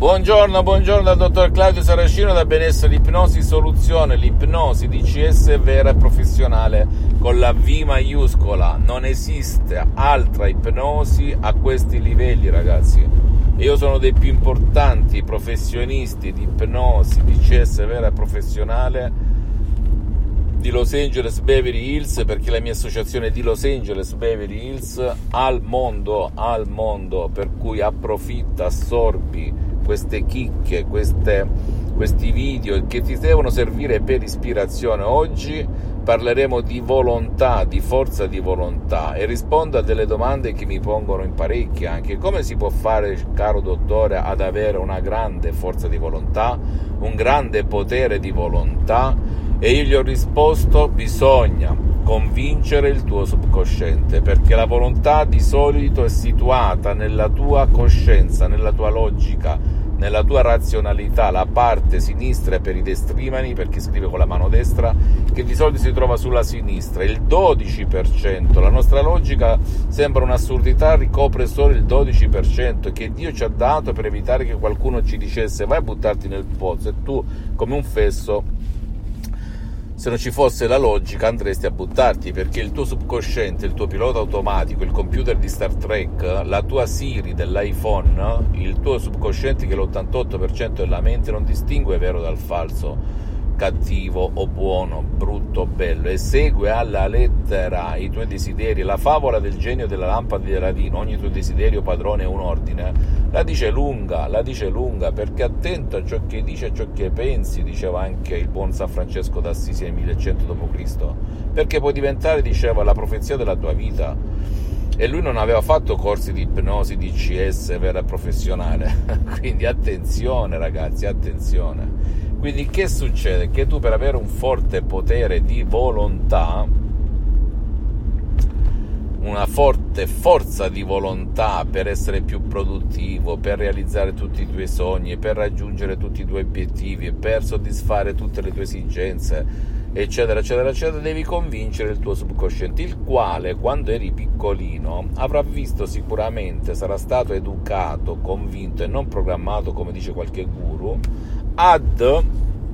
Buongiorno dal dottor Claudio Saracino da Benessere Ipnosi Soluzione, l'ipnosi DCS vera e professionale con la V maiuscola. Non esiste altra ipnosi a questi livelli, ragazzi. Io sono dei più importanti professionisti di ipnosi DCS vera e professionale di Los Angeles Beverly Hills, perché la mia associazione è di Los Angeles Beverly Hills al mondo, per cui approfitta, assorbi queste chicche, questi video che ti devono servire per ispirazione. Oggi parleremo di volontà, di forza di volontà, e rispondo a delle domande che mi pongono in parecchi anche. Come si può fare, caro dottore, ad avere una grande forza di volontà, un grande potere di volontà? E io gli ho risposto: bisogna convincere il tuo subconsciente, perché la volontà di solito è situata nella tua coscienza, nella tua logica, nella tua razionalità, la parte sinistra è per i destrimani, per chi scrive con la mano destra, che di solito si trova sulla sinistra. Il 12%, la nostra logica sembra un'assurdità, ricopre solo il 12% che Dio ci ha dato per evitare che qualcuno ci dicesse vai a buttarti nel pozzo, e tu come un fesso, se non ci fosse la logica, andresti a buttarti, perché il tuo subconsciente, il tuo pilota automatico, il computer di Star Trek, la tua Siri dell'iPhone, il tuo subconsciente, che l'88% della mente, non distingue vero dal falso, cattivo o buono, brutto o bello, e segue alla lettera i tuoi desideri. La favola del genio della lampada di Aladino, ogni tuo desiderio padrone è un ordine, la dice lunga, perché attento a ciò che dici, a ciò che pensi, diceva anche il buon San Francesco d'Assisi nel 1100 d.C., perché puoi diventare, diceva, la profezia della tua vita. E lui non aveva fatto corsi di ipnosi DCS vera e professionale. Quindi attenzione, ragazzi, attenzione. Quindi che succede? Che tu, per avere un forte potere di volontà, una forte forza di volontà per essere più produttivo, per realizzare tutti i tuoi sogni, per raggiungere tutti i tuoi obiettivi, per soddisfare tutte le tue esigenze, eccetera, eccetera, eccetera, devi convincere il tuo subconsciente, il quale, quando eri piccolino, avrà visto sicuramente, sarà stato educato, convinto e non programmato, come dice qualche guru, ad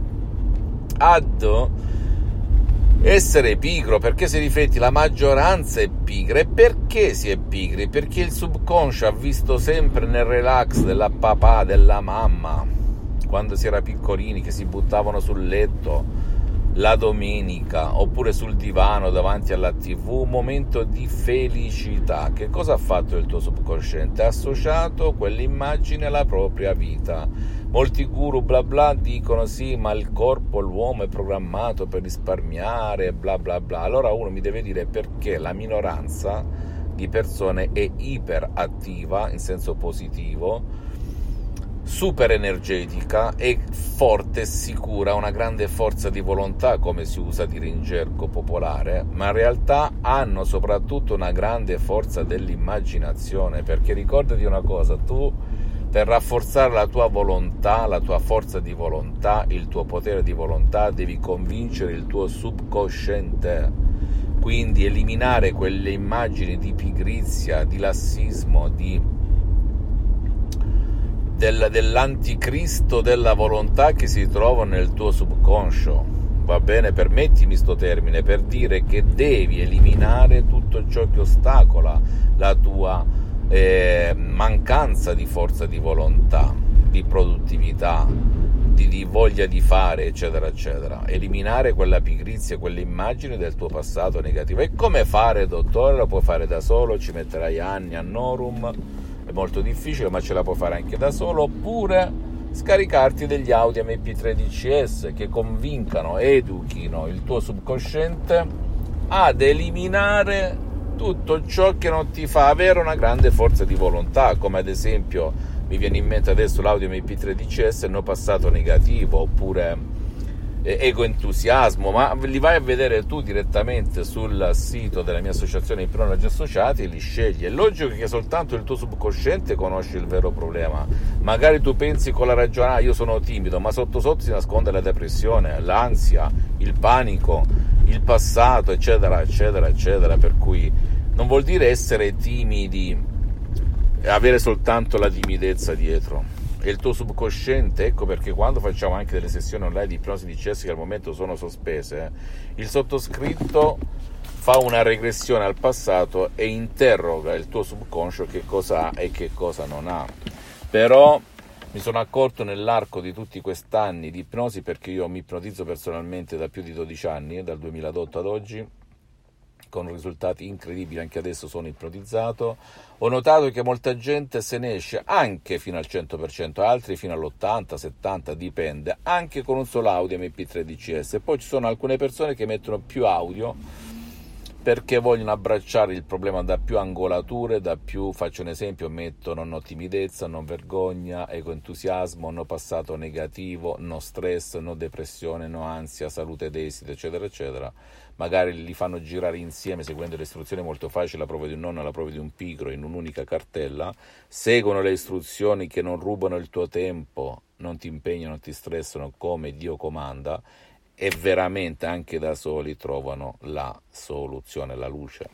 essere pigro, perché se rifletti la maggioranza è pigra. E perché si è pigri? Perché il subconscio ha visto sempre nel relax della papà, della mamma, quando si era piccolini, che si buttavano sul letto la domenica oppure sul divano davanti alla TV, un momento di felicità. Che cosa ha fatto il tuo subconsciente? Ha associato quell'immagine alla propria vita. Molti guru bla bla dicono sì, ma il corpo, l'uomo è programmato per risparmiare, bla bla bla. Allora uno mi deve dire perché la minoranza di persone è iperattiva in senso positivo, super energetica e forte e sicura, una grande forza di volontà, come si usa dire in gergo popolare, ma in realtà hanno soprattutto una grande forza dell'immaginazione. Perché ricordati una cosa, tu per rafforzare la tua volontà, la tua forza di volontà, il tuo potere di volontà, devi convincere il tuo subconsciente, quindi eliminare quelle immagini di pigrizia, di lassismo, dell'anticristo della volontà che si trova nel tuo subconscio. Va bene? Permettimi sto termine per dire che devi eliminare tutto ciò che ostacola la tua mancanza di forza di volontà, di produttività, di voglia di fare, eccetera, eccetera. Eliminare quella pigrizia, quell'immagine del tuo passato negativo. E come fare, dottore? Lo puoi fare da solo, ci metterai anni a Norum, è molto difficile, ma ce la puoi fare anche da solo, oppure scaricarti degli audio MP3 DCS che convincano, educhino il tuo subconsciente ad eliminare tutto ciò che non ti fa avere una grande forza di volontà, come ad esempio mi viene in mente adesso l'audio MP3 DCS no passato negativo, oppure ego entusiasmo, ma li vai a vedere tu direttamente sul sito della mia associazione Ipnologi Associati e li scegli. È logico che soltanto il tuo subconsciente conosce il vero problema. Magari tu pensi con la ragione, io sono timido, ma sotto sotto si nasconde la depressione, l'ansia, il panico, il passato, eccetera, eccetera, eccetera. Per cui non vuol dire essere timidi, avere soltanto la timidezza dietro. e il tuo subconsciente. Ecco perché quando facciamo anche delle sessioni online di ipnosi DCS che al momento sono sospese, il sottoscritto fa una regressione al passato e interroga il tuo subconscio che cosa ha e che cosa non ha. Però mi sono accorto nell'arco di tutti quest'anni di ipnosi, perché io mi ipnotizzo personalmente da più di 12 anni, dal 2008 ad oggi, con risultati incredibili. Anche adesso sono ipnotizzato. Ho notato che molta gente se ne esce anche fino al 100%, altri fino all'80-70%, dipende, anche con un solo audio MP3 DCS. Poi ci sono alcune persone che mettono più audio perché vogliono abbracciare il problema da più angolature, da più, faccio un esempio, mettono no timidezza, no vergogna, ecoentusiasmo, no passato negativo, no stress, no depressione, no ansia, salute d'esito, eccetera, eccetera. Magari li fanno girare insieme seguendo le istruzioni molto facili, la prova di un nonno, la prova di un pigro, in un'unica cartella, seguono le istruzioni che non rubano il tuo tempo, non ti impegnano, non ti stressano, come Dio comanda, e veramente anche da soli trovano la soluzione, la luce.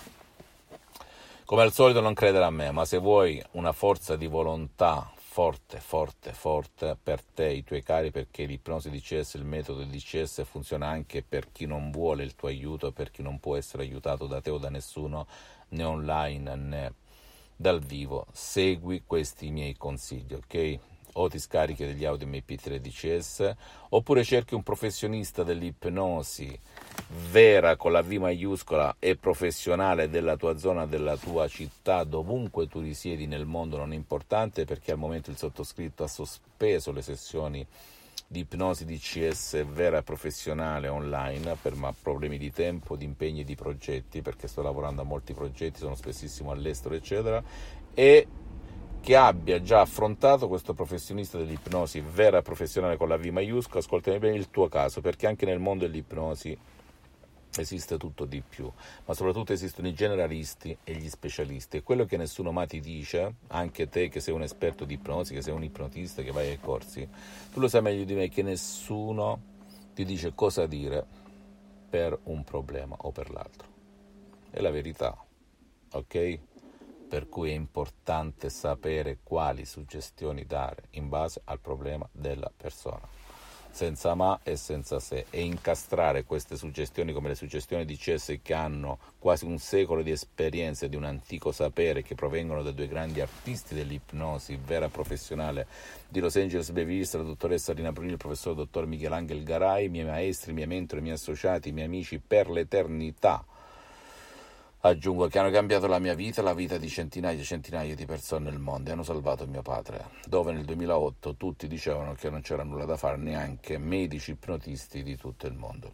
Come al solito non credere a me, ma se vuoi una forza di volontà forte per te, i tuoi cari, perché l'ipnosi DCS, il metodo DCS funziona anche per chi non vuole il tuo aiuto, per chi non può essere aiutato da te o da nessuno, né online né dal vivo, segui questi miei consigli, ok? O ti scarichi degli audio MP3 DCS, oppure cerchi un professionista dell'ipnosi vera con la V maiuscola e professionale della tua zona, della tua città, dovunque tu risiedi nel mondo, non è importante, perché al momento il sottoscritto ha sospeso le sessioni di ipnosi DCS vera e professionale online per problemi di tempo, di impegni e di progetti, perché sto lavorando a molti progetti, sono spessissimo all'estero, eccetera, e che abbia già affrontato questo professionista dell'ipnosi vera e professionale con la V maiuscola. Ascoltami bene il tuo caso, perché anche nel mondo dell'ipnosi esiste tutto di più, ma soprattutto esistono i generalisti e gli specialisti, e quello che nessuno mai ti dice, anche te che sei un esperto di ipnosi, che sei un ipnotista, che vai ai corsi, tu lo sai meglio di me che nessuno ti dice cosa dire per un problema o per l'altro. È la verità, ok? Per cui è importante sapere quali suggestioni dare in base al problema della persona, senza ma e senza se, e incastrare queste suggestioni come le suggestioni di CS, che hanno quasi un secolo di esperienza, di un antico sapere, che provengono da due grandi artisti dell'ipnosi vera professionale di Los Angeles Beverly Hills, la dottoressa Rina Bruni, il professor dottor Michelangelo Garai, miei maestri, miei mentori, miei associati, miei amici per l'eternità. Aggiungo che hanno cambiato la mia vita e la vita di centinaia e centinaia di persone nel mondo, e hanno salvato mio padre, dove nel 2008 tutti dicevano che non c'era nulla da fare, neanche medici ipnotisti di tutto il mondo.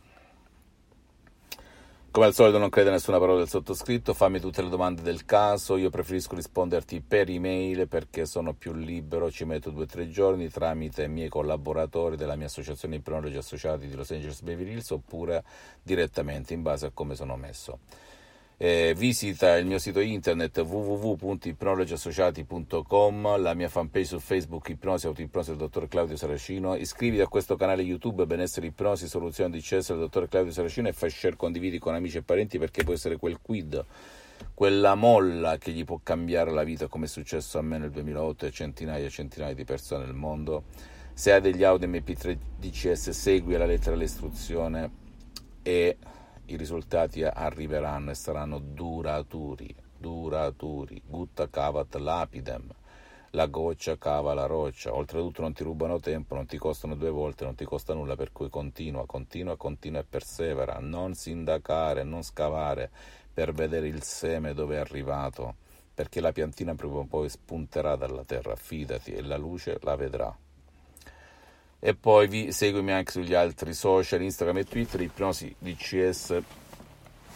Come al solito non crede a nessuna parola del sottoscritto, fammi tutte le domande del caso, io preferisco risponderti per email perché sono più libero, ci metto 2 o 3 giorni tramite i miei collaboratori della mia associazione ipnologi associati di Los Angeles Beverly Hills, oppure direttamente in base a come sono messo. Visita il mio sito internet www.ipnologiassociati.com, la mia fanpage su Facebook Ipnosi Autoipnosi del dottor Claudio Saracino, iscriviti a questo canale YouTube Benessere Ipnosi Soluzione DCS del dottor Claudio Saracino e fai share, condividi con amici e parenti, perché può essere quel quid, quella molla che gli può cambiare la vita, come è successo a me nel 2008 e centinaia e centinaia di persone nel mondo. Se hai degli audio MP3 DCS, segui alla lettera l'istruzione e i risultati arriveranno e saranno duraturi. Gutta cavat lapidem, la goccia cava la roccia. Oltretutto non ti rubano tempo, non ti costano 2 volte, non ti costa nulla, per cui continua e persevera, non sindacare, non scavare per vedere il seme dove è arrivato, perché la piantina prima o poi spunterà dalla terra, fidati, e la luce la vedrà. E poi seguimi anche sugli altri social, Instagram e Twitter, Ipnosi DCS,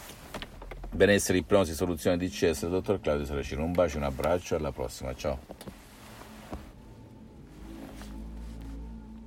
Benessere Ipnosi Soluzione DCS, dottor Claudio Saracino. Un bacio, un abbraccio, alla prossima, ciao.